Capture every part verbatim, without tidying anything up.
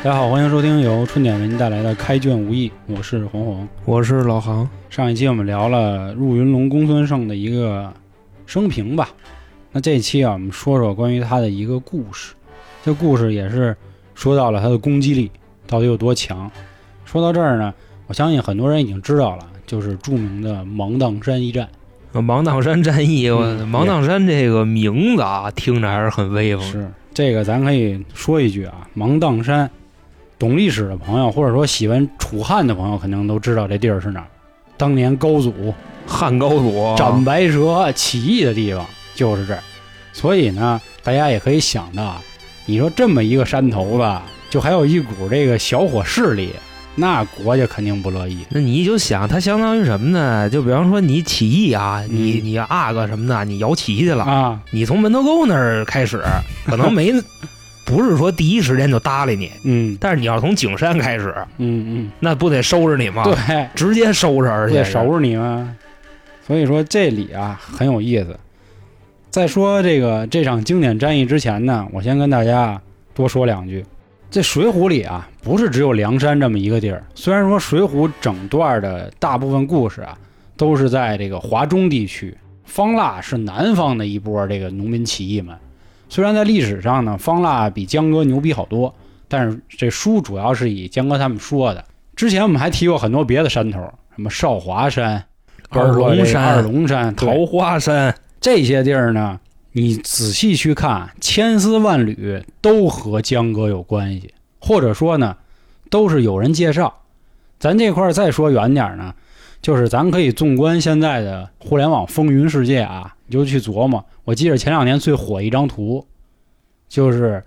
大家好，欢迎收听由春点为您带来的开卷无益，我是黄黄， 我是老航。 上一期我们聊了入云龙公孙胜的一个生平吧，那这一期啊，我们说说关于他的一个故事。这故事也是说到了他的攻击力到底有多强。说到这儿呢，我相信很多人已经知道了，就是著名的芒砀山一战。 芒砀山战役， 嗯、 芒砀山这个名字啊，听着还是很威风。 是这个，咱可以说一句啊，芒砀山。懂历史的朋友，或者说喜欢楚汉的朋友，肯定都知道这地儿是哪儿。当年高祖汉高祖斩白蛇起义的地方就是这儿。所以呢，大家也可以想到，你说这么一个山头子，就还有一股这个小伙势力，那国家肯定不乐意。 那你就想，它相当于什么呢？就比方说你起义啊， 嗯、 你你阿哥什么的，你摇旗去了啊， 你从门头沟那儿开始，可能没。不是说第一时间就搭理你， 嗯， 但是你要从景山开始， 嗯嗯， 那不得收拾你吗？ 对， 直接收拾，而且得收拾你吗？所以说这里啊很有意思。在说这个这场经典战役之前呢，我先跟大家多说两句。这水浒里啊，不是只有梁山这么一个地儿。虽然说水浒整段的大部分故事啊，都是在这个华中地区，方腊是南方的一波这个农民起义们。虽然在历史上呢，方腊比江哥牛逼好多，但是这书主要是以江哥他们说的。之前我们还提过很多别的山头，什么少华山、 二龙山、 二龙山、 桃花山这些地儿呢，你仔细去看，千丝万缕都和江哥有关系，或者说呢，都是有人介绍。咱这块再说远点呢，就是咱可以纵观现在的互联网风云世界啊，你就去琢磨。我记得前两年最火一张图，就是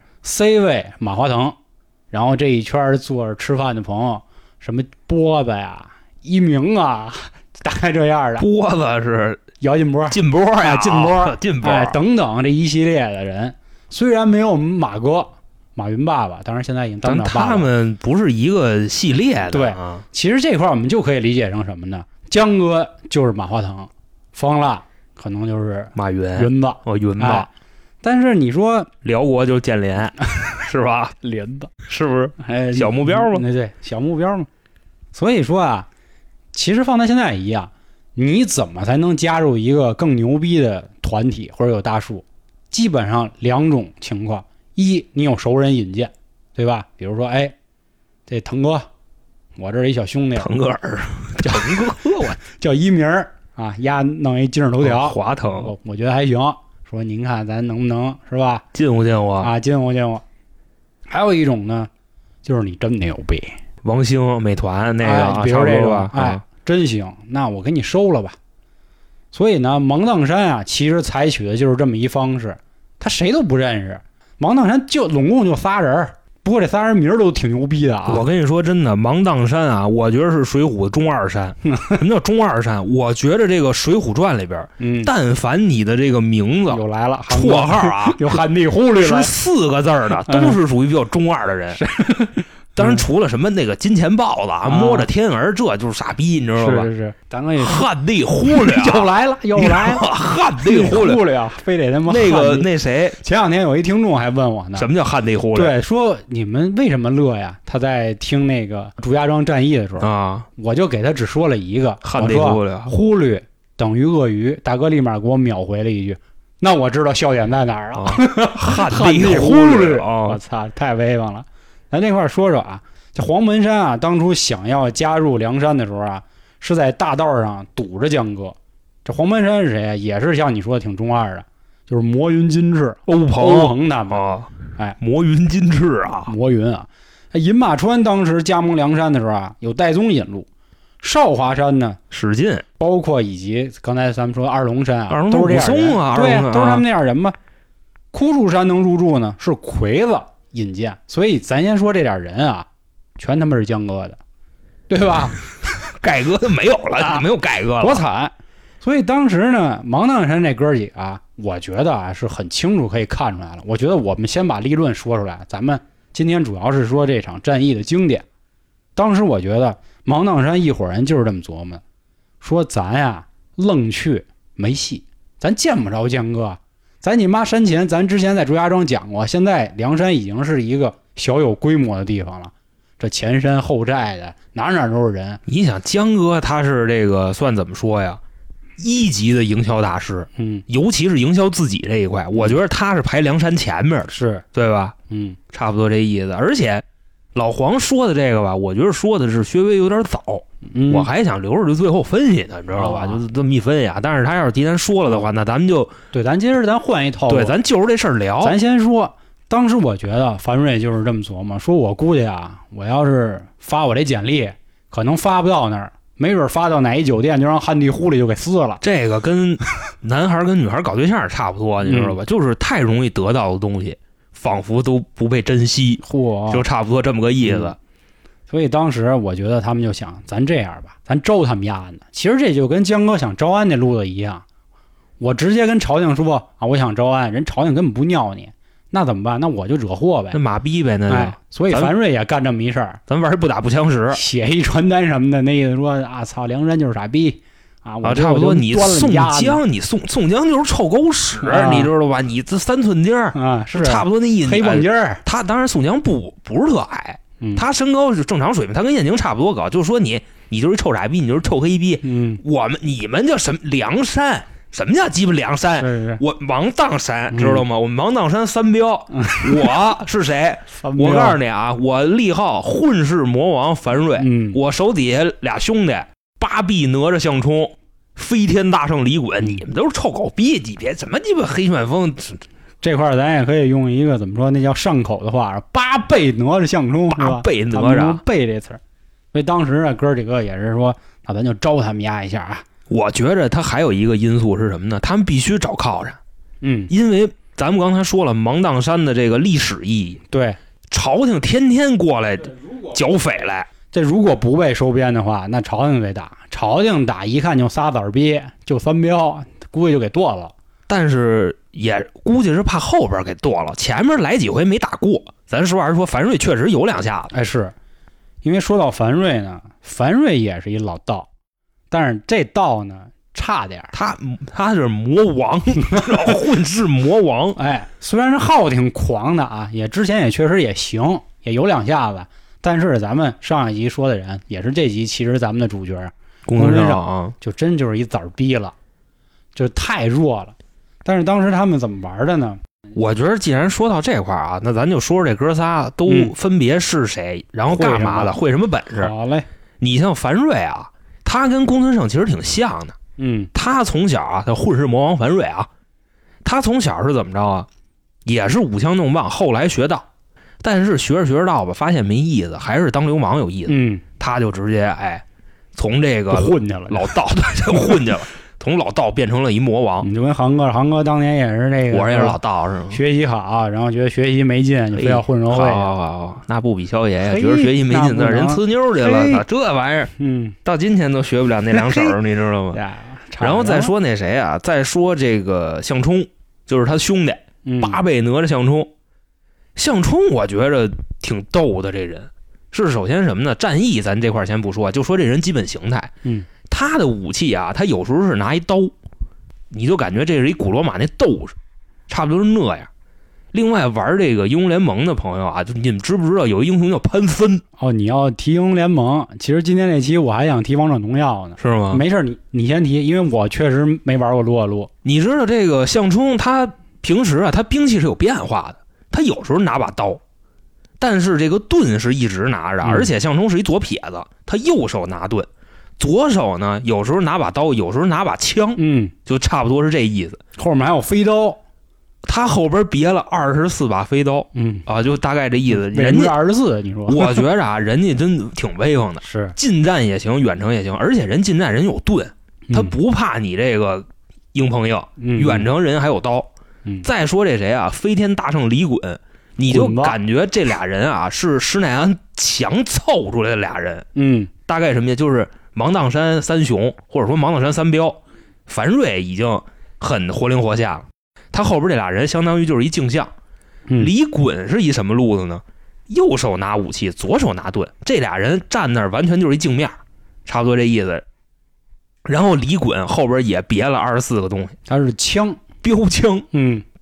C 位马化腾，然后这一圈坐着吃饭的朋友，什么波子呀、一鸣啊，大概这样的。 波子是姚劲波、 劲波呀、 啊、劲波、 劲波、 哎、等等这一系列的人，虽然没有我们马哥、马云爸爸，当然现在已经当不了爸爸， 他们不是一个系列的。 对，其实这块我们就可以理解成什么呢？江哥就是马化腾，方腊可能就是马云云子哦云子、 哎，但是你说辽国就是建联是吧？ 连子是不是？ 哎， 小目标吗？ 那对小目标嘛。所以说啊，其实放在现在也一样，你怎么才能加入一个更牛逼的团体或者有大树？基本上两种情况：一，你有熟人引荐，对吧？比如说，哎，这腾哥，我这儿一小兄弟， 腾格尔，腾哥，我叫一鸣啊，丫弄一今日头条， 哦、华腾我，我觉得还行。说您看咱能不能是吧？ 近乎近乎啊，近乎近乎。还有一种呢，就是你真牛逼， 王兴美团那个， 哎、比如这个， 吧， 哎、 啊， 真行，那我给你收了吧。所以呢，芒砀山啊，其实采取的就是这么一方式，他谁都不认识。芒砀山就总共就仨人。不过这仨人名儿都挺牛逼的啊！ 我跟你说真的，芒砀山啊，我觉得是水浒的中二山。什么叫中二山？我觉得这个《水浒传》里边， 嗯， 但凡你的这个名字又来了， 绰号啊， 有汉地忽略是四个字的，都是属于比较中二的人。当然，除了什么那个金钱豹子啊，摸着天儿，这就是傻逼，你知道吧？ 是是是，咱可以汉地忽略又来了，又来了， 汉地忽略， 非得他妈那个那谁， 前两天有一听众还问我呢， 什么叫汉地忽略？ 对，说你们为什么乐呀？他在听那个祝家庄战役的时候啊， 我就给他只说了一个汉地忽略， 忽略等于鳄鱼。大哥立马给我秒回了一句。那我知道笑点在哪儿了， 汉地忽略， 我操，太威风了！咱这块说说啊，这黄门山啊，当初想要加入梁山的时候啊，是在大道上堵着江哥。这黄门山是谁啊？也是像你说的挺中二的，就是魔云金翅、 欧鹏、 欧鹏他们。 哦、 哎， 魔云金翅啊， 魔云啊！银马川当时加盟梁山的时候啊，有戴宗引路。少华山呢， 史进， 包括以及刚才咱们说二龙山啊， 二龙都是这样人啊， 对、 啊， 都是他们那样人嘛。枯树山能入住呢，是魁子引荐，所以咱先说这点人啊，全他妈是江哥的，对吧？ 盖哥都没有了，啊、没有盖哥了， 多惨！所以当时呢，芒砀山这哥几个啊，我觉得啊是很清楚可以看出来了。我觉得我们先把立论说出来，咱们今天主要是说这场战役的经典。当时我觉得芒砀山一伙人就是这么琢磨，说咱呀愣去没戏，咱见不着江哥，咱你妈山前咱之前在朱家庄讲过，现在梁山已经是一个小有规模的地方了。这前山后寨的，哪哪都是人。 你想江哥他是这个算怎么说呀？一级的营销大师， 嗯， 尤其是营销自己这一块，我觉得他是排梁山前面的， 是对吧？ 嗯， 差不多这意思。而且老黄说的这个吧，我觉得说的是稍微有点早， 嗯、 我还想留着就最后分析呢，你知道吧？ 哦、 就这么一分析啊。但是他要是提前说了的话，那咱们就对，咱接着咱换一套路， 对，咱就着这事儿聊。 咱先说，当时我觉得樊瑞就是这么琢磨，说我估计啊，我要是发我这简历，可能发不到那儿。没准发到哪一酒店就让汉地呼里就给撕了。 这个跟男孩跟女孩搞对象差不多，你知道吧？ 嗯、 就是太容易得到的东西，仿佛都不被珍惜， 嚯， 就差不多这么个意思。 嗯、所以当时我觉得他们就想，咱这样吧，咱招他们丫的。其实这就跟江哥想招安那路子一样，我直接跟朝廷说啊，我想招安，人朝廷根本不尿你。那怎么办？那我就惹祸呗， 那马逼呗，那就、 哎。所以樊瑞也干这么一事儿， 咱玩不打不相识， 写一传单什么的，那意思说啊，操，梁山就是傻逼啊！我啊差不多，你宋江，你宋宋江就是臭狗屎，啊、你知道吧？你这三寸筋儿啊，是差不多那意思。 黑蹦筋儿， 他当然宋江不不是特矮， 嗯、 他身高是正常水平，他跟燕京差不多高。就是说你你就是臭傻逼，你就是臭黑逼。 嗯， 我们你们叫什么梁山？什么叫鸡巴梁山？ 是是我王荡山，知道吗？嗯、我们王荡山三彪， 嗯、 我是谁？我告诉你啊，我立号混世魔王樊瑞， 嗯、 我手底下俩兄弟八臂哪吒项冲，飞天大圣李衮，你们都是臭狗逼，你别什么鸡巴黑旋风。 这块咱也可以用一个怎么说，那叫上口的话，八倍哪吒项冲， 八倍哪吒， 背这词儿。所以当时啊，哥几个也是说，那咱就招他们压一下啊。 我觉着他还有一个因素是什么呢？他们必须找靠山， 嗯， 因为咱们刚才说了芒砀山的这个历史意义， 对， 朝廷天天过来剿匪来， 这如果不被收编的话，那朝廷得打，朝廷打一看就仨子儿逼，就三彪，估计就给剁了。 但是也估计是怕后边给剁了，前面来几回没打过。咱实话实说，樊瑞确实有两下子， 哎，是因为说到樊瑞呢，樊瑞也是一老道。但是这道呢差点， 他他是魔王，混世魔王。 哎，虽然是号挺狂的啊，也之前也确实也行，也有两下子。但是咱们上一集说的人，也是这集其实咱们的主角公孙胜啊， 就真就是一崽儿逼了，就太弱了。但是当时他们怎么玩的呢？ 我觉得既然说到这块啊，那咱就说说这哥仨都分别是谁，嗯、然后干嘛的，会什么本事。 好嘞， 你像樊瑞啊。他跟公孙胜其实挺像的， 嗯， 他从小啊，他混世魔王樊瑞啊，他从小是怎么着啊，也是舞枪弄棒，后来学道，但是学着学着道吧，发现没意思，还是当流氓有意思， 嗯， 他就直接哎，从这个混去了， 老道就混去了，从老道变成了一魔王。 你就跟航哥，航哥当年也是那个， 我也是老道是吗？ 学习好，然后觉得学习没劲，就非要混社会。 好好好，那不比萧爷呀，觉得学习没劲，那人呲妞去了，这玩意儿， 嗯， 到今天都学不了那两手，你知道吗？然后再说那谁啊，再说这个项冲，就是他兄弟， 嗯、 八倍哪吒项冲。项冲我觉着挺逗的，这人是首先什么呢？战役咱这块先不说，就说这人基本形态， 嗯。 他的武器啊，他有时候是拿一刀，你就感觉这是一古罗马那斗士，差不多是那样。另外玩这个英雄联盟的朋友啊，就你们知不知道有一英雄叫潘森？ 哦，你要提英雄联盟，其实今天这期我还想提王者荣耀呢， 是吗？ 没事，你你先提，因为我确实没玩过撸啊撸。 你知道这个项冲他平时啊，他兵器是有变化的，他有时候拿把刀，但是这个盾是一直拿着， 嗯、 而且项冲是一左撇子，他右手拿盾。左手呢，有时候拿把刀，有时候拿把枪， 嗯， 就差不多是这意思。 后面还有飞刀， 他后边别了二十四把飞刀， 嗯啊，就大概这意思。 人家二十四，你说？ 我觉着啊，人家真挺威风的， 是近战也行，远程也行，而且人近战人有盾，他不怕你这个硬碰硬， 嗯、 远程人还有刀。 嗯、 再说这谁啊，飞天大圣李衮，你就感觉这俩人啊是施耐庵强凑出来的俩人， 嗯， 大概什么呀？就是芒砀山三雄，或者说芒砀山三彪，樊瑞已经很活灵活现了。他后边这俩人相当于就是一镜像。 嗯、 李衮是一什么路子呢？右手拿武器，左手拿盾，这俩人站那儿完全就是一镜面，差不多这意思。然后李衮后边也别了二十四个东西， 他是枪， 标枪， 嗯，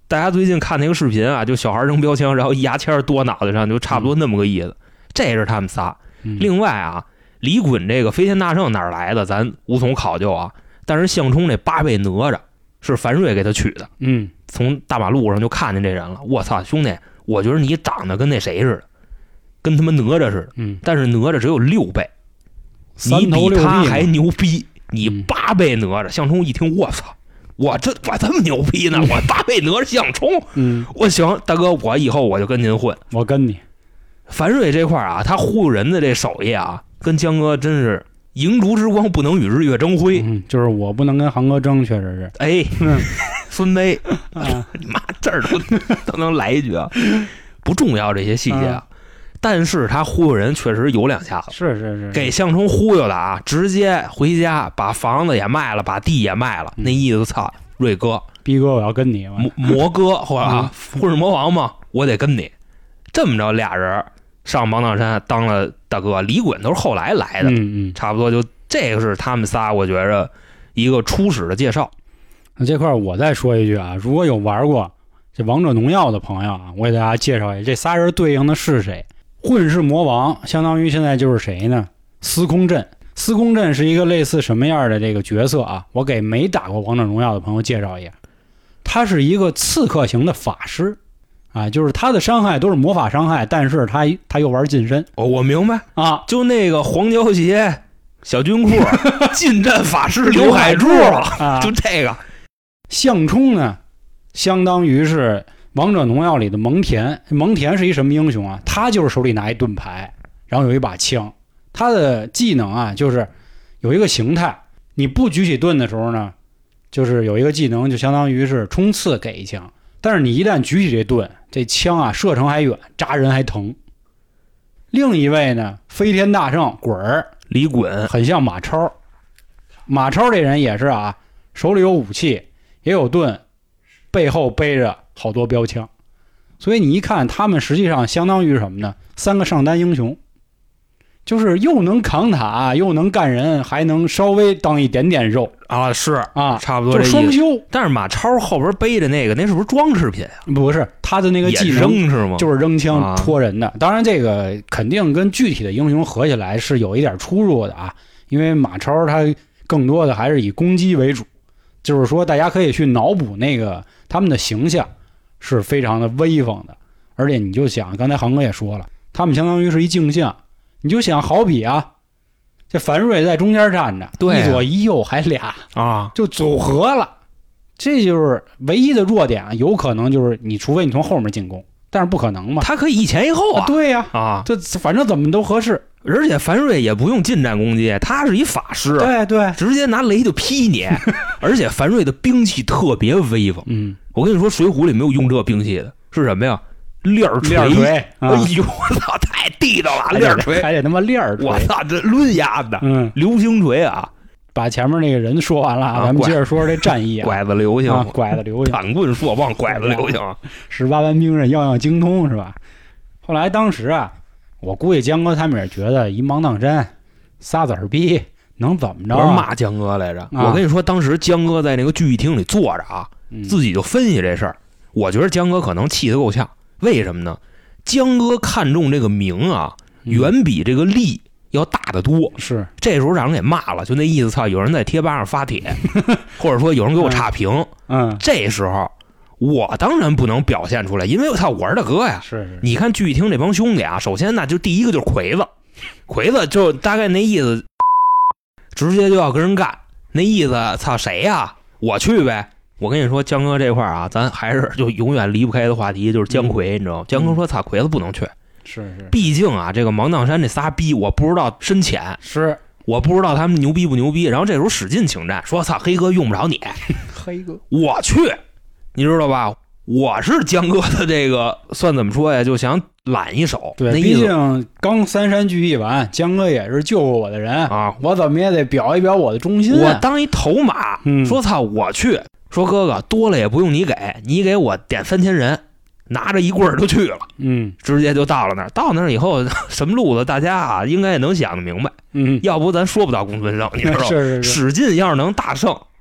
大家最近看那个视频啊，就小孩扔标枪，然后一牙签剁脑袋上，就差不多那么个意思。嗯、这是他们仨。 嗯、 另外啊，李衮这个飞天大圣哪儿来的，咱无从考究啊。但是项冲这八倍哪吒是樊瑞给他取的。 嗯， 从大马路上就看见这人了。我操，兄弟，我觉得你长得跟那谁似的，跟他妈哪吒似的。 嗯， 但是哪吒只有六倍， 你比他还牛逼。你八倍哪吒，项冲一听，我操！我这我这么牛逼呢！我八倍哪吒项冲， 嗯， 我行，大哥，我以后我就跟您混， 我跟你。 樊瑞这块啊，他忽悠人的这手艺啊，跟江哥真是银烛之光不能与日月争辉， 嗯，就是我不能跟航哥争，确实是。 哎， 嗯、 孙梅，啊、你妈这儿都都能来一句啊，不重要这些细节啊。嗯，但是他忽悠人确实有两下子， 是是是， 给项冲忽悠的啊，直接回家把房子也卖了，把地也卖了，嗯、那意思操，瑞哥、 逼哥，我要跟你， 魔魔哥或者啊，混世魔王嘛，我得跟你。这么着，俩人上芒砀山当了大哥，李衮都是后来来的， 嗯嗯， 差不多就这个是他们仨，我觉着一个初始的介绍。 那这块我再说一句啊，如果有玩过这王者荣耀的朋友啊，我给大家介绍一下，这仨人对应的是谁？混世魔王相当于现在就是谁呢？司空震。司空震是一个类似什么样的这个角色啊？我给没打过王者荣耀的朋友介绍一下，他是一个刺客型的法师啊，就是他的伤害都是魔法伤害，但是他他又玩近身。 哦，我明白啊， 就那个黄胶鞋、小军裤、近战法师刘海柱啊，就这个。 项冲呢，相当于是王者荣耀里的蒙恬。蒙恬是一什么英雄啊？他就是手里拿一盾牌，然后有一把枪。他的技能啊，就是有一个形态，你不举起盾的时候呢，就是有一个技能，就相当于是冲刺给一枪。但是你一旦举起这盾，这枪啊射程还远，扎人还疼。另一位呢，飞天大圣滚儿李衮， 很像马超。马超这人也是啊，手里有武器，也有盾，背后背着好多标枪。所以你一看他们实际上相当于什么呢？三个上单英雄，就是又能扛塔，又能干人，还能稍微当一点点肉啊，是啊， 差不多就双修。 但是马超后边背着那个，那是不是装饰品啊？ 不是，他的那个技能扔是吗？ 就是扔枪戳人的。啊、当然，这个肯定跟具体的英雄合起来是有一点出入的啊，因为马超他更多的还是以攻击为主，就是说大家可以去脑补那个他们的形象是非常的威风的，而且你就想，刚才航哥也说了，他们相当于是一镜像。你就想好比啊，这樊瑞在中间站着， 对、啊， 一左一右还俩啊， 就组合了。这就是唯一的弱点啊，有可能就是你除非你从后面进攻，但是不可能嘛。 他可以一前一后啊。 啊对呀、 啊，啊， 这反正怎么都合适。 而且樊瑞也不用近战攻击，他是一法师， 对对， 直接拿雷就劈你。而且樊瑞的兵器特别威风。 嗯， 我跟你说，《水浒》里没有用这兵器的，是什么呀？链儿锤， 锤啊、哎呦我操，太地道了！链儿锤还得他妈链儿锤， 我操，这抡丫的， 嗯， 流星锤啊！ 把前面那个人说完了， 啊、 咱们接着说说这战役啊， 拐子流星， 啊、拐子流星， 短棍硕棒，拐子流星， 十八般兵刃样样精通是吧？后来当时啊，我估计江哥他们也觉得一芒砀山仨子儿逼能怎么着、啊？ 我是骂江哥来着、 啊。 我跟你说，当时江哥在那个聚义厅里坐着啊， 嗯、 自己就分析这事儿。我觉得江哥可能气得够呛，为什么呢？江哥看中这个名啊，远比这个利要大得多。 是， 这时候让人给骂了，就那意思，操！有人在贴吧上发帖，或者说有人给我差评。 嗯，嗯这时候我当然不能表现出来，因为我操，我是大哥呀。 是是。 你看聚义厅这帮兄弟啊，首先那就第一个就是魁子，魁子就大概那意思，直接就要跟人干，那意思，操谁呀？我去呗。我跟你说，江哥这块啊，咱还是就永远离不开的话题，就是姜魁，嗯、你知道吗？江哥说：“操，魁子不能去， 是是， 毕竟啊，这个芒砀山这仨逼，我不知道深浅， 是我不知道他们牛逼不牛逼。然后这时候使劲请战，说：操，黑哥用不着你， 黑哥， 我去，你知道吧？我是江哥的这个算怎么说呀？就想揽一手， 对，毕竟刚三山聚义完，江哥也是救过我的人啊， 我怎么也得表一表我的忠心、啊。 我当一头马， 嗯、 说操，我去。”说哥哥多了也不用你给，你给我点三千人，拿着一棍儿就去了， 嗯， 直接就到了那儿。到那儿以后，什么路子大家啊应该也能想得明白， 嗯， 要不咱说不到公孙胜，你知道吗？ 是是是， 史进要是能大胜，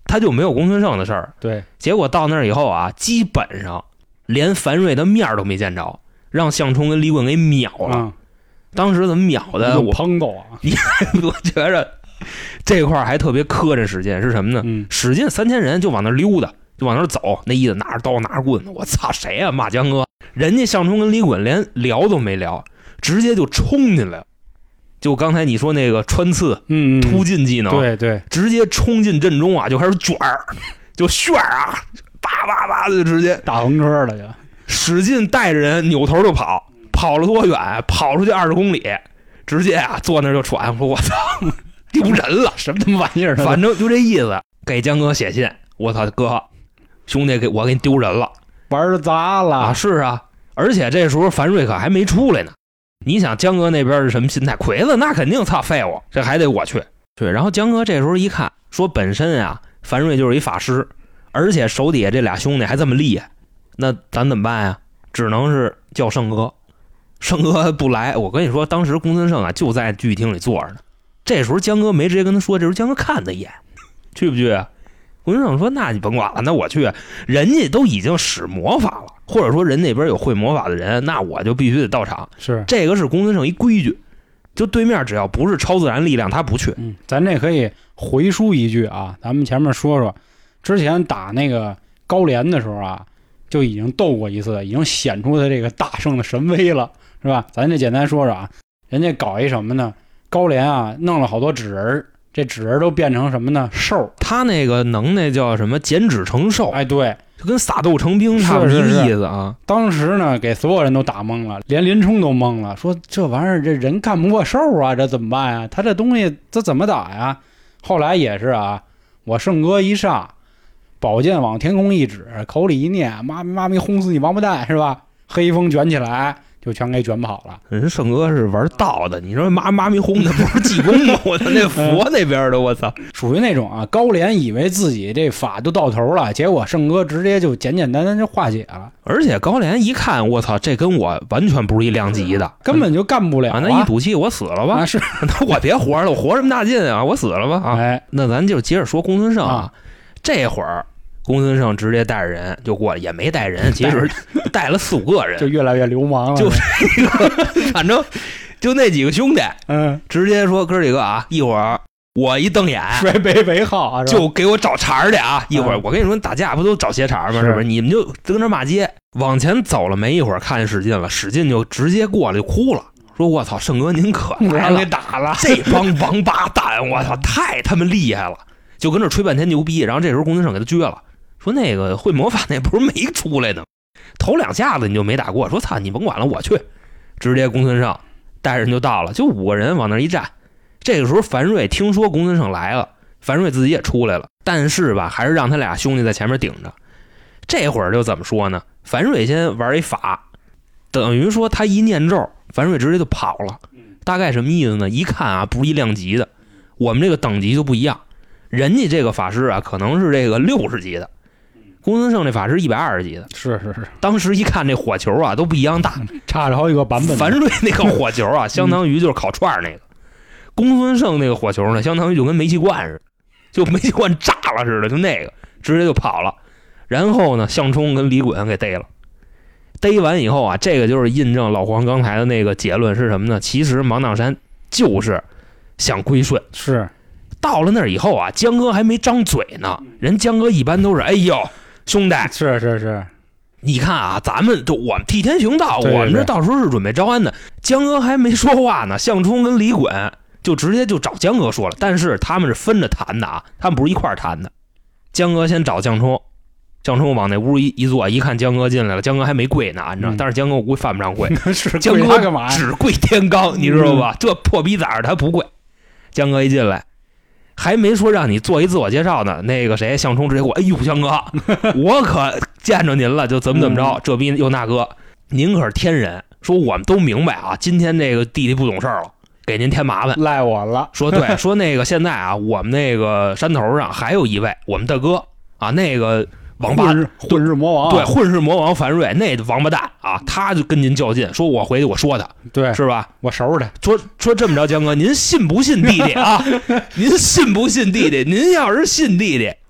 他就没有公孙胜的事儿。 对， 结果到那儿以后啊，基本上连樊瑞的面都没见着，让项冲跟李衮给秒了。 嗯、 当时怎么秒的？我碰到啊！ 我觉着这块儿还特别磕碜史进是什么呢？ 嗯， 史进三千人就往那儿溜达，就往那儿走，那意思拿着刀拿着棍子，我操，谁呀、啊？骂江哥！人家项冲跟李衮连聊都没聊，直接就冲进来了。就刚才你说那个穿刺、 嗯， 突进技能， 对对， 直接冲进阵中啊，就开始卷儿，就旋儿啊，叭叭叭的就直接大横车了就。 使劲带着人扭头就跑，跑了多远？跑出去二十公里，直接啊坐那就喘，说我操，丢人了， 什么他妈玩意儿？ 反正就这意思。给江哥写信，我操哥，兄弟给我给你丢人了， 玩砸了啊！是啊，而且这时候樊瑞可还没出来呢。你想江哥那边是什么心态？魁子那肯定操废物，这还得我去。对，然后江哥这时候一看，说本身啊，樊瑞就是一法师，而且手底下这俩兄弟还这么厉害，那咱怎么办呀？只能是叫胜哥。胜哥不来，我跟你说，当时公孙胜啊就在聚义厅里坐着呢。这时候江哥没直接跟他说，这时候江哥看他一眼，去不去啊？公孙胜说：“那你甭管了，那我去。人家都已经使魔法了，或者说人那边有会魔法的人，那我就必须得到场。 是这个是公孙胜一规矩，就对面只要不是超自然力量，他不去。 嗯，咱这可以回书一句啊，咱们前面说说，之前打那个高廉的时候啊，就已经斗过一次，已经显出他这个大圣的神威了，是吧？咱这简单说说啊，人家搞一什么呢？高廉啊，弄了好多纸人。”这纸人都变成什么呢？兽， 他那个能耐叫什么？减脂成兽。 哎，对， 就跟撒豆成兵差不多一个意思啊。 当时呢，给所有人都打懵了，连林冲都懵了，说这玩意儿这人干不过兽啊，这怎么办呀？他这东西这怎么打呀？后来也是啊，我圣哥一上，宝剑往天空一指，口里一念，妈咪妈咪轰死你王八蛋，是吧？黑风卷起来。就全给卷跑了。 人圣哥是玩道的，你说妈妈咪轰的不是济公吗？我操，那佛那边的，我操， 属于那种啊，高廉以为自己这法就到头了，结果圣哥直接就简简单单就化解了。 而且高廉一看，我操，这跟我完全不是一量级的， 根本就干不了、啊啊。那一赌气，我死了吧？ 啊、是， 那我别活了，我活什么大劲啊？我死了吧？啊， 哎， 那咱就接着说公孙胜啊， 啊这会儿。公孙胜直接带着人就过来，也没带人，其实带了四五个人， 就越来越流氓了。 就这个，反正就那几个兄弟， 嗯， 直接说哥几个啊，一会儿我一瞪眼， 摔杯为号啊， 就给我找茬去啊！一会儿我跟你说，打架不都找鞋茬吗？是不是？你们就跟那骂街，往前走了没一会儿，看见史进了，史进就直接过来就哭了，说我操，胜哥您可来了， 给打了， 这帮王八蛋，我操，太他妈厉害了，就跟这吹半天牛逼。然后这时候公孙胜给他撅了。说那个会魔法那不是没出来呢，头两下子你就没打过。说操，你甭管了，我去。直接公孙胜带人就到了，就五个人往那一站。这个时候樊瑞听说公孙胜来了，樊瑞自己也出来了，但是吧，还是让他俩兄弟在前面顶着。这会儿就怎么说呢？樊瑞先玩一法，等于说他一念咒，樊瑞直接就跑了。大概什么意思呢？一看啊，不是一量级的，我们这个等级就不一样。人家这个法师啊，可能是这个六十级的。公孙胜这法师一百二十级的， 是是是。 当时一看这火球啊，都不一样大， 差着好几个版本。 樊瑞那个火球啊，相当于就是烤串那个；公孙胜那个火球呢，相当于就跟煤气罐似的，就煤气罐炸了似的，就那个直接就跑了。然后呢，项冲跟李衮给逮了。逮完以后啊，这个就是印证老黄刚才的那个结论是什么呢？其实芒砀山就是想归顺， 是到了那儿以后啊，江哥还没张嘴呢，人江哥一般都是哎呦。兄弟， 是是是， 你看啊，咱们就我们替天行道， 对对对， 我们这到时候是准备招安的。江哥还没说话呢，项冲跟李衮就直接就找江哥说了，但是他们是分着谈的啊，他们不是一块儿谈的。江哥先找项冲，项冲往那屋一一坐，一看江哥进来了，江哥还没跪呢，你知道？嗯、但是江哥我估计犯不上跪， 是江哥干嘛？ 只跪天罡，你知道吧？嗯、这破逼崽儿他不跪。江哥一进来。还没说让你做一自我介绍呢，那个谁项冲直接过，哎呦江哥，我可见着您了，就怎么怎么着，嗯、这逼又那哥，您可是天人，说我们都明白啊，今天这个弟弟不懂事儿了，给您添麻烦， 赖我了。 说对，说那个现在啊，我们那个山头上还有一位我们大哥啊，那个王八混世混世魔王、啊， 对，混世魔王樊瑞那王八蛋啊，他就跟您较劲，说我回去我说他， 对， 是吧？ 我收拾他。 说说这么着，江哥，您信不信弟弟啊？您信不信弟弟？您要是信弟弟，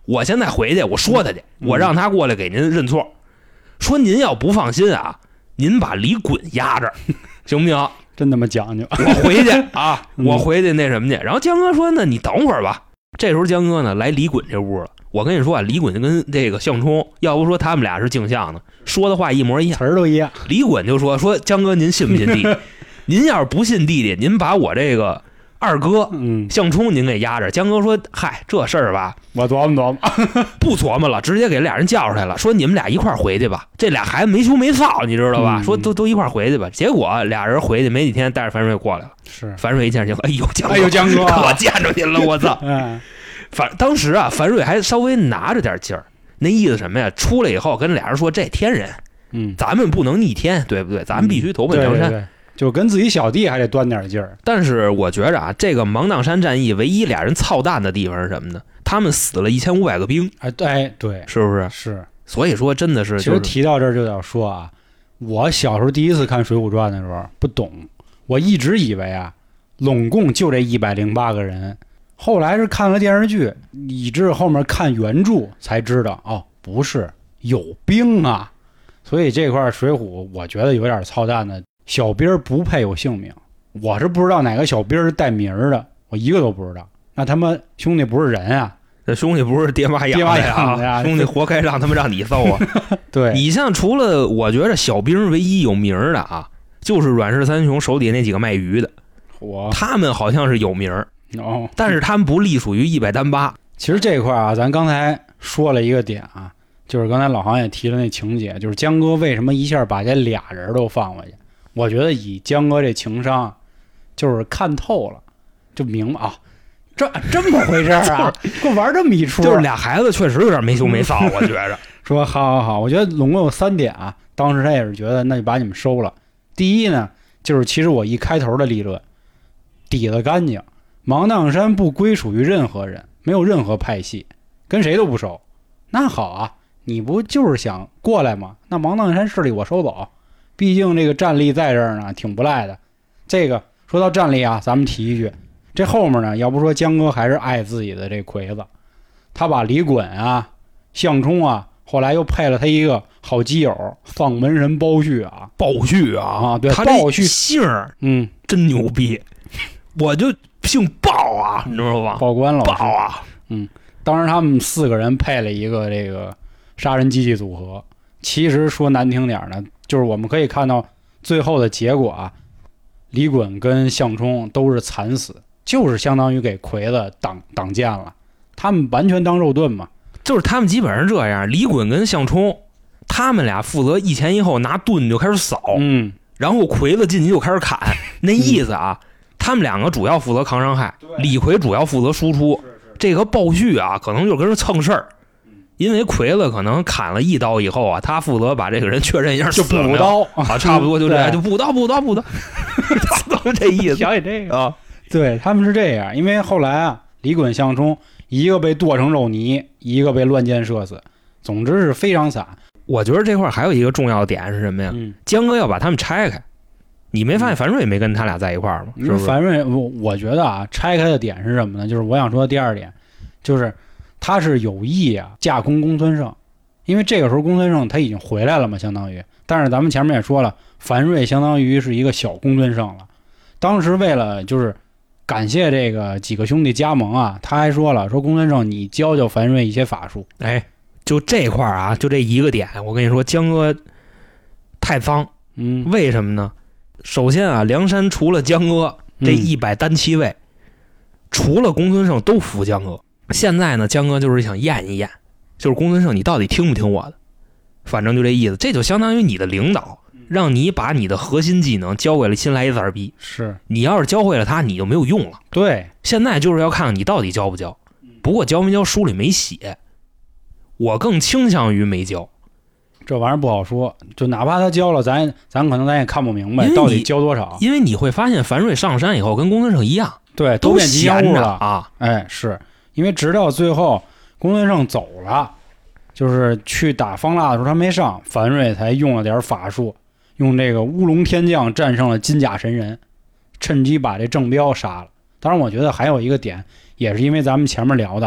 我现在回去，我说他去，我让他过来给您认错。说您要不放心啊，您把李衮压着，行不行？ 真他妈讲究。 我回去啊，我回去那什么去。然后江哥说：“那你等会儿吧。”这时候江哥呢来李衮这屋了。我跟你说啊，李衮跟这个项冲，要不说他们俩是镜像的，说的话一模一样， 词儿都一样。 李衮就说：“说江哥，您信不信弟弟？您要是不信弟弟，您把我这个二哥嗯项冲您给压着。”江哥说：“嗨，这事儿吧， 我琢磨琢磨， 不琢磨了，直接给俩人叫出来了，说你们俩一块儿回去吧。这俩孩子没羞没臊，你知道吧？ 嗯、 说都都一块儿回去吧。结果俩人回去没几天，带着樊瑞过来了。 是樊瑞一见就，哎呦江哥， 哎呦江哥、啊， 我见着您了，我操！ 嗯， 反当时啊，樊瑞还稍微拿着点劲儿，那意思什么呀？出来以后跟俩人说，这天人， 嗯， 咱们不能逆天，对不对？咱们必须投奔梁山。 嗯、对对对，就跟自己小弟还得端点劲儿。 但是我觉着啊，这个芒砀山战役唯一俩人操蛋的地方是什么呢？他们死了一千五百个兵。 哎，对对， 是不是？ 是。 所以说真的是、就是， 其实提到这儿就要说啊，我小时候第一次看《水浒传》的时候不懂，我一直以为啊，拢共就这一百零八个人。后来是看了电视剧，以致后面看原著才知道，哦，不是，有兵啊。所以这块水浒我觉得有点操蛋的，小兵不配有姓名。我是不知道哪个小兵是带名的，我一个都不知道。那他妈兄弟不是人啊！ 这兄弟不是爹妈养的呀， 呀兄弟活该让他们让你揍啊！ 对， 你像除了我觉得小兵唯一有名的啊，就是阮氏三雄手底下那几个卖鱼的， 我他们好像是有名哦， 但是他们不隶属于一百单八。 其实这块啊，咱刚才说了一个点啊，就是刚才老航也提了那情节，就是江哥为什么一下把这俩人都放回去？我觉得以江哥这情商，就是看透了，就明白啊。这这么回事啊？给我玩这么一出， 就是俩孩子确实有点没羞没臊，我觉着。 说好好好，我觉得总共有三点啊。当时他也是觉得，那就把你们收了。第一呢，就是其实我一开头的立论，底子干净，芒砀山不归属于任何人，没有任何派系，跟谁都不熟。那好啊，你不就是想过来吗？那芒砀山势力我收走，毕竟这个战力在这儿呢，挺不赖的。这个说到战力啊，咱们提一句。这后面呢，要不说江哥还是爱自己的这魁子，他把李衮啊、项冲啊，后来又配了他一个好基友丧门神包旭啊， 包旭啊， 啊对， 他包旭姓儿， 嗯， 真牛逼，我就姓鲍啊，你知道吧？ 报关老师鲍啊， 嗯，当时他们四个人配了一个这个杀人机器组合，其实说难听点呢，就是我们可以看到最后的结果啊，李衮跟项冲都是惨死。就是相当于给魁子挡挡箭了，他们完全当肉盾嘛。 就是他们基本上这样，李衮跟项冲，他们俩负责一前一后拿盾就开始扫， 嗯， 然后魁子进去就开始砍，那意思啊，嗯、他们两个主要负责扛伤害，李逵主要负责输出。这个鲍旭啊，可能就跟人蹭事儿，因为魁子可能砍了一刀以后啊，他负责把这个人确认一下就补刀啊，差不多就这样，就补刀补刀补刀，差不多这意思。 想起这个啊。 对，他们是这样，因为后来啊，李衮、项冲一个被剁成肉泥，一个被乱箭射死，总之是非常惨。 我觉得这块还有一个重要的点是什么呀？ 嗯、 江哥要把他们拆开，你没发现樊瑞没跟他俩在一块儿吗？ 是不是？樊瑞，我我觉得啊，拆开的点是什么呢？就是我想说的第二点，就是他是有意啊架空公孙胜，因为这个时候公孙胜他已经回来了嘛，相当于。但是咱们前面也说了，樊瑞相当于是一个小公孙胜了。当时为了就是感谢这个几个兄弟加盟啊，他还说了，说公孙胜你教教樊瑞一些法术。 哎，就这块啊，就这一个点，我跟你说，江哥太脏。 嗯， 为什么呢？首先啊，梁山除了江哥这一百单七位、嗯，除了公孙胜都服江哥。现在呢，江哥就是想验一验，就是公孙胜你到底听不听我的？反正就这意思，这就相当于你的领导。让你把你的核心技能教给了新来一子儿逼， 是你要是教会了他，你就没有用了。 对， 现在就是要看看你到底教不教。不过教没教书里没写，我更倾向于没教。 这玩意儿不好说，就哪怕他教了，咱咱可能咱也看不明白到底教多少。 因为你会发现樊瑞上山以后跟公孙胜一样， 对，都变吉祥物了啊！ 哎，是因为直到最后公孙胜走了，就是去打方腊的时候他没上，樊瑞才用了点法术。用这个乌龙天将战胜了金甲神人，趁机把这郑彪杀了。当然我觉得还有一个点，也是因为咱们前面聊的，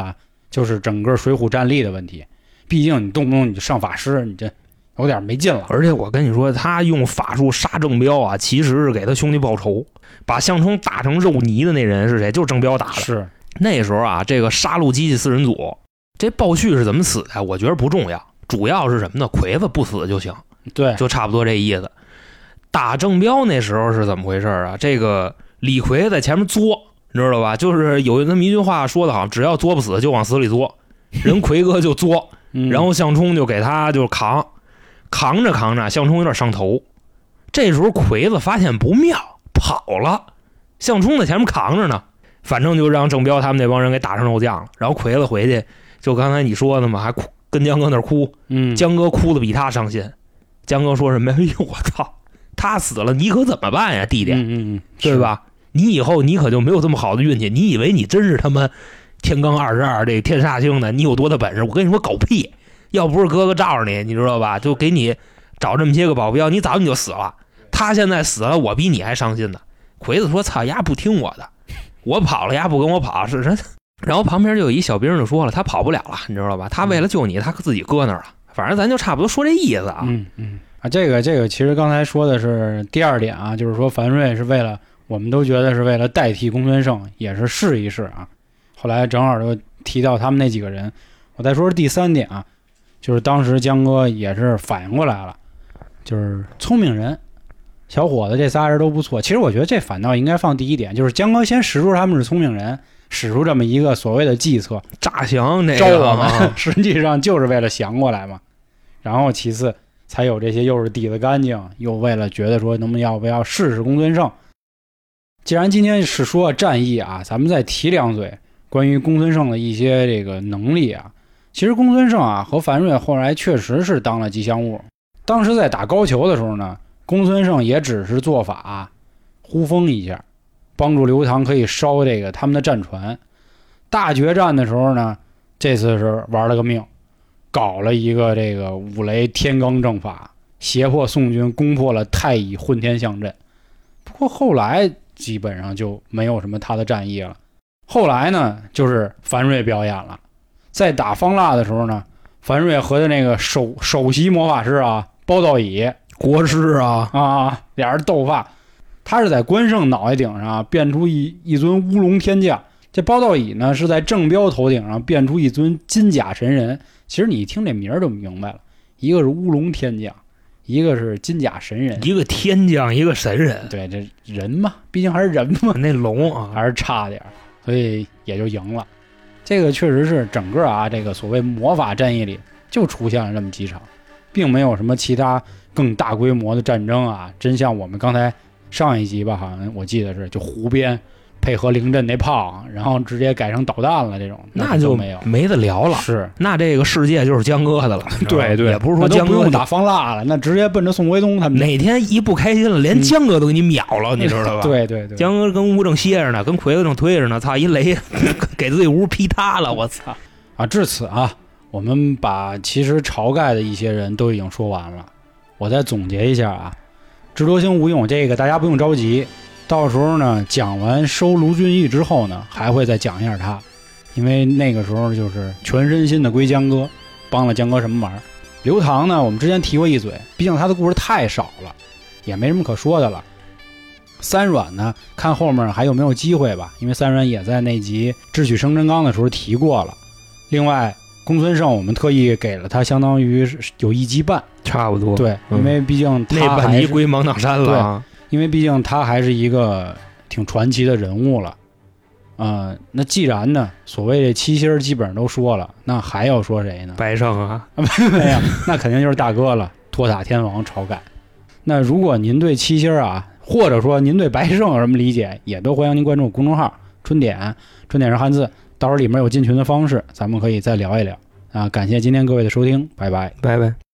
就是整个水浒战力的问题。毕竟你动不动你就上法师，你这有点没劲了。 而且我跟你说，他用法术杀郑彪啊，其实是给他兄弟报仇。把项冲打成肉泥的那人是谁？就是郑彪打的。 是那时候啊，这个杀戮机器四人组，这鲍旭是怎么死的？我觉得不重要，主要是什么呢？魁子不死就行。 对， 就差不多这意思。打郑彪那时候是怎么回事啊？这个李逵在前面作，你知道吧？就是有那么一句话说的好，只要作不死就往死里作，人魁哥就作，然后项冲就给他就扛，扛着扛着，项冲有点上头。这时候魁子发现不妙，跑了，项冲在前面扛着呢，反正就让郑彪他们那帮人给打成肉酱了。然后魁子回去，就刚才你说的嘛，还哭跟江哥那儿哭， 嗯， 江哥哭的比他伤心。江哥说什么？哎呦我操，他死了你可怎么办呀，弟弟？ 嗯嗯嗯， 对吧？你以后你可就没有这么好的运气。你以为你真是他妈天罡二十二这天煞星呢？你有多大本事？我跟你说狗屁！要不是哥哥罩着你，你知道吧？就给你找这么些个保镖，你早你就死了。他现在死了，我比你还伤心呢。魁子说：“操，丫不听我的，我跑了，丫不跟我跑，是人。”然后旁边就有一小兵就说了：“他跑不了了，你知道吧？他为了救你，他自己搁那儿了。反正咱就差不多说这意思啊。” 嗯嗯啊，这个这个其实刚才说的是第二点啊，就是说樊瑞是为了，我们都觉得是为了代替公孙胜，也是试一试啊。后来正好就提到他们那几个人，我再说说第三点啊，就是当时江哥也是反应过来了，就是聪明人。小伙子这仨人都不错，其实我觉得这反倒应该放第一点，就是江哥先识出他们是聪明人，使出这么一个所谓的计策， 诈降这个招我们，实际上就是为了降过来嘛。然后其次才有这些又是底子干净，又为了觉得说能不能要不要试试公孙胜。既然今天是说战役啊，咱们再提两嘴关于公孙胜的一些这个能力啊。其实公孙胜啊和樊瑞后来确实是当了吉祥物。当时在打高俅的时候呢，公孙胜也只是做法、啊、呼风一下，帮助刘唐可以烧这个他们的战船。大决战的时候呢，这次是玩了个命，搞了一个这个五雷天罡正法，胁迫宋军攻破了太乙混天象阵。不过后来基本上就没有什么他的战役了。后来呢，就是樊瑞表演了，在打方腊的时候呢，樊瑞和的那个首首席魔法师啊包道乙国师啊啊，俩人斗法，他是在关胜脑袋顶上变出一一尊乌龙天将，这包道乙呢是在郑彪头顶上变出一尊金甲神人。其实你一听这名儿就明白了，一个是乌龙天将，一个是金甲神人， 一个天将，一个神人。 对，这人嘛，毕竟还是人嘛， 那龙啊还是差点，所以也就赢了。这个确实是整个啊，这个所谓魔法战役里就出现了这么几场，并没有什么其他更大规模的战争啊。真像我们刚才上一集吧，好像我记得是就湖边配合灵阵那炮，然后直接改成导弹了，这种那就没有没得聊了。 是， 那这个世界就是江哥的了。 对对， 也不是说江哥不用打方腊了，那直接奔着宋徽宗他们。 哪天一不开心了，连江哥都给你秒了，嗯、你知道吧？ 对对对， 江哥跟吴正歇着呢，跟魁子正推着呢，操一雷给自己屋劈塌了，我操！ 啊，至此啊，我们把其实晁盖的一些人都已经说完了。我再总结一下啊，智多星吴用这个大家不用着急。到时候呢，讲完收卢俊义之后呢，还会再讲一下他，因为那个时候就是全身心的归江哥，帮了江哥什么忙。刘唐呢，我们之前提过一嘴，毕竟他的故事太少了，也没什么可说的了。三阮呢，看后面还有没有机会吧，因为三阮也在那集智取生真纲的时候提过了。另外，公孙胜我们特意给了他相当于有一集半， 差不多。 对，因为毕竟他那半集归芒砀山了啊。 因为毕竟他还是一个挺传奇的人物了，呃，那既然呢，所谓的七星基本上都说了，那还要说谁呢？ 白胜啊， 没有，那肯定就是大哥了，托塔天王晁盖。那如果您对七星啊，或者说您对白胜有什么理解，也都欢迎您关注公众号春点，春点是汉字，到时候里面有进群的方式，咱们可以再聊一聊啊。感谢今天各位的收听，拜拜， 拜拜。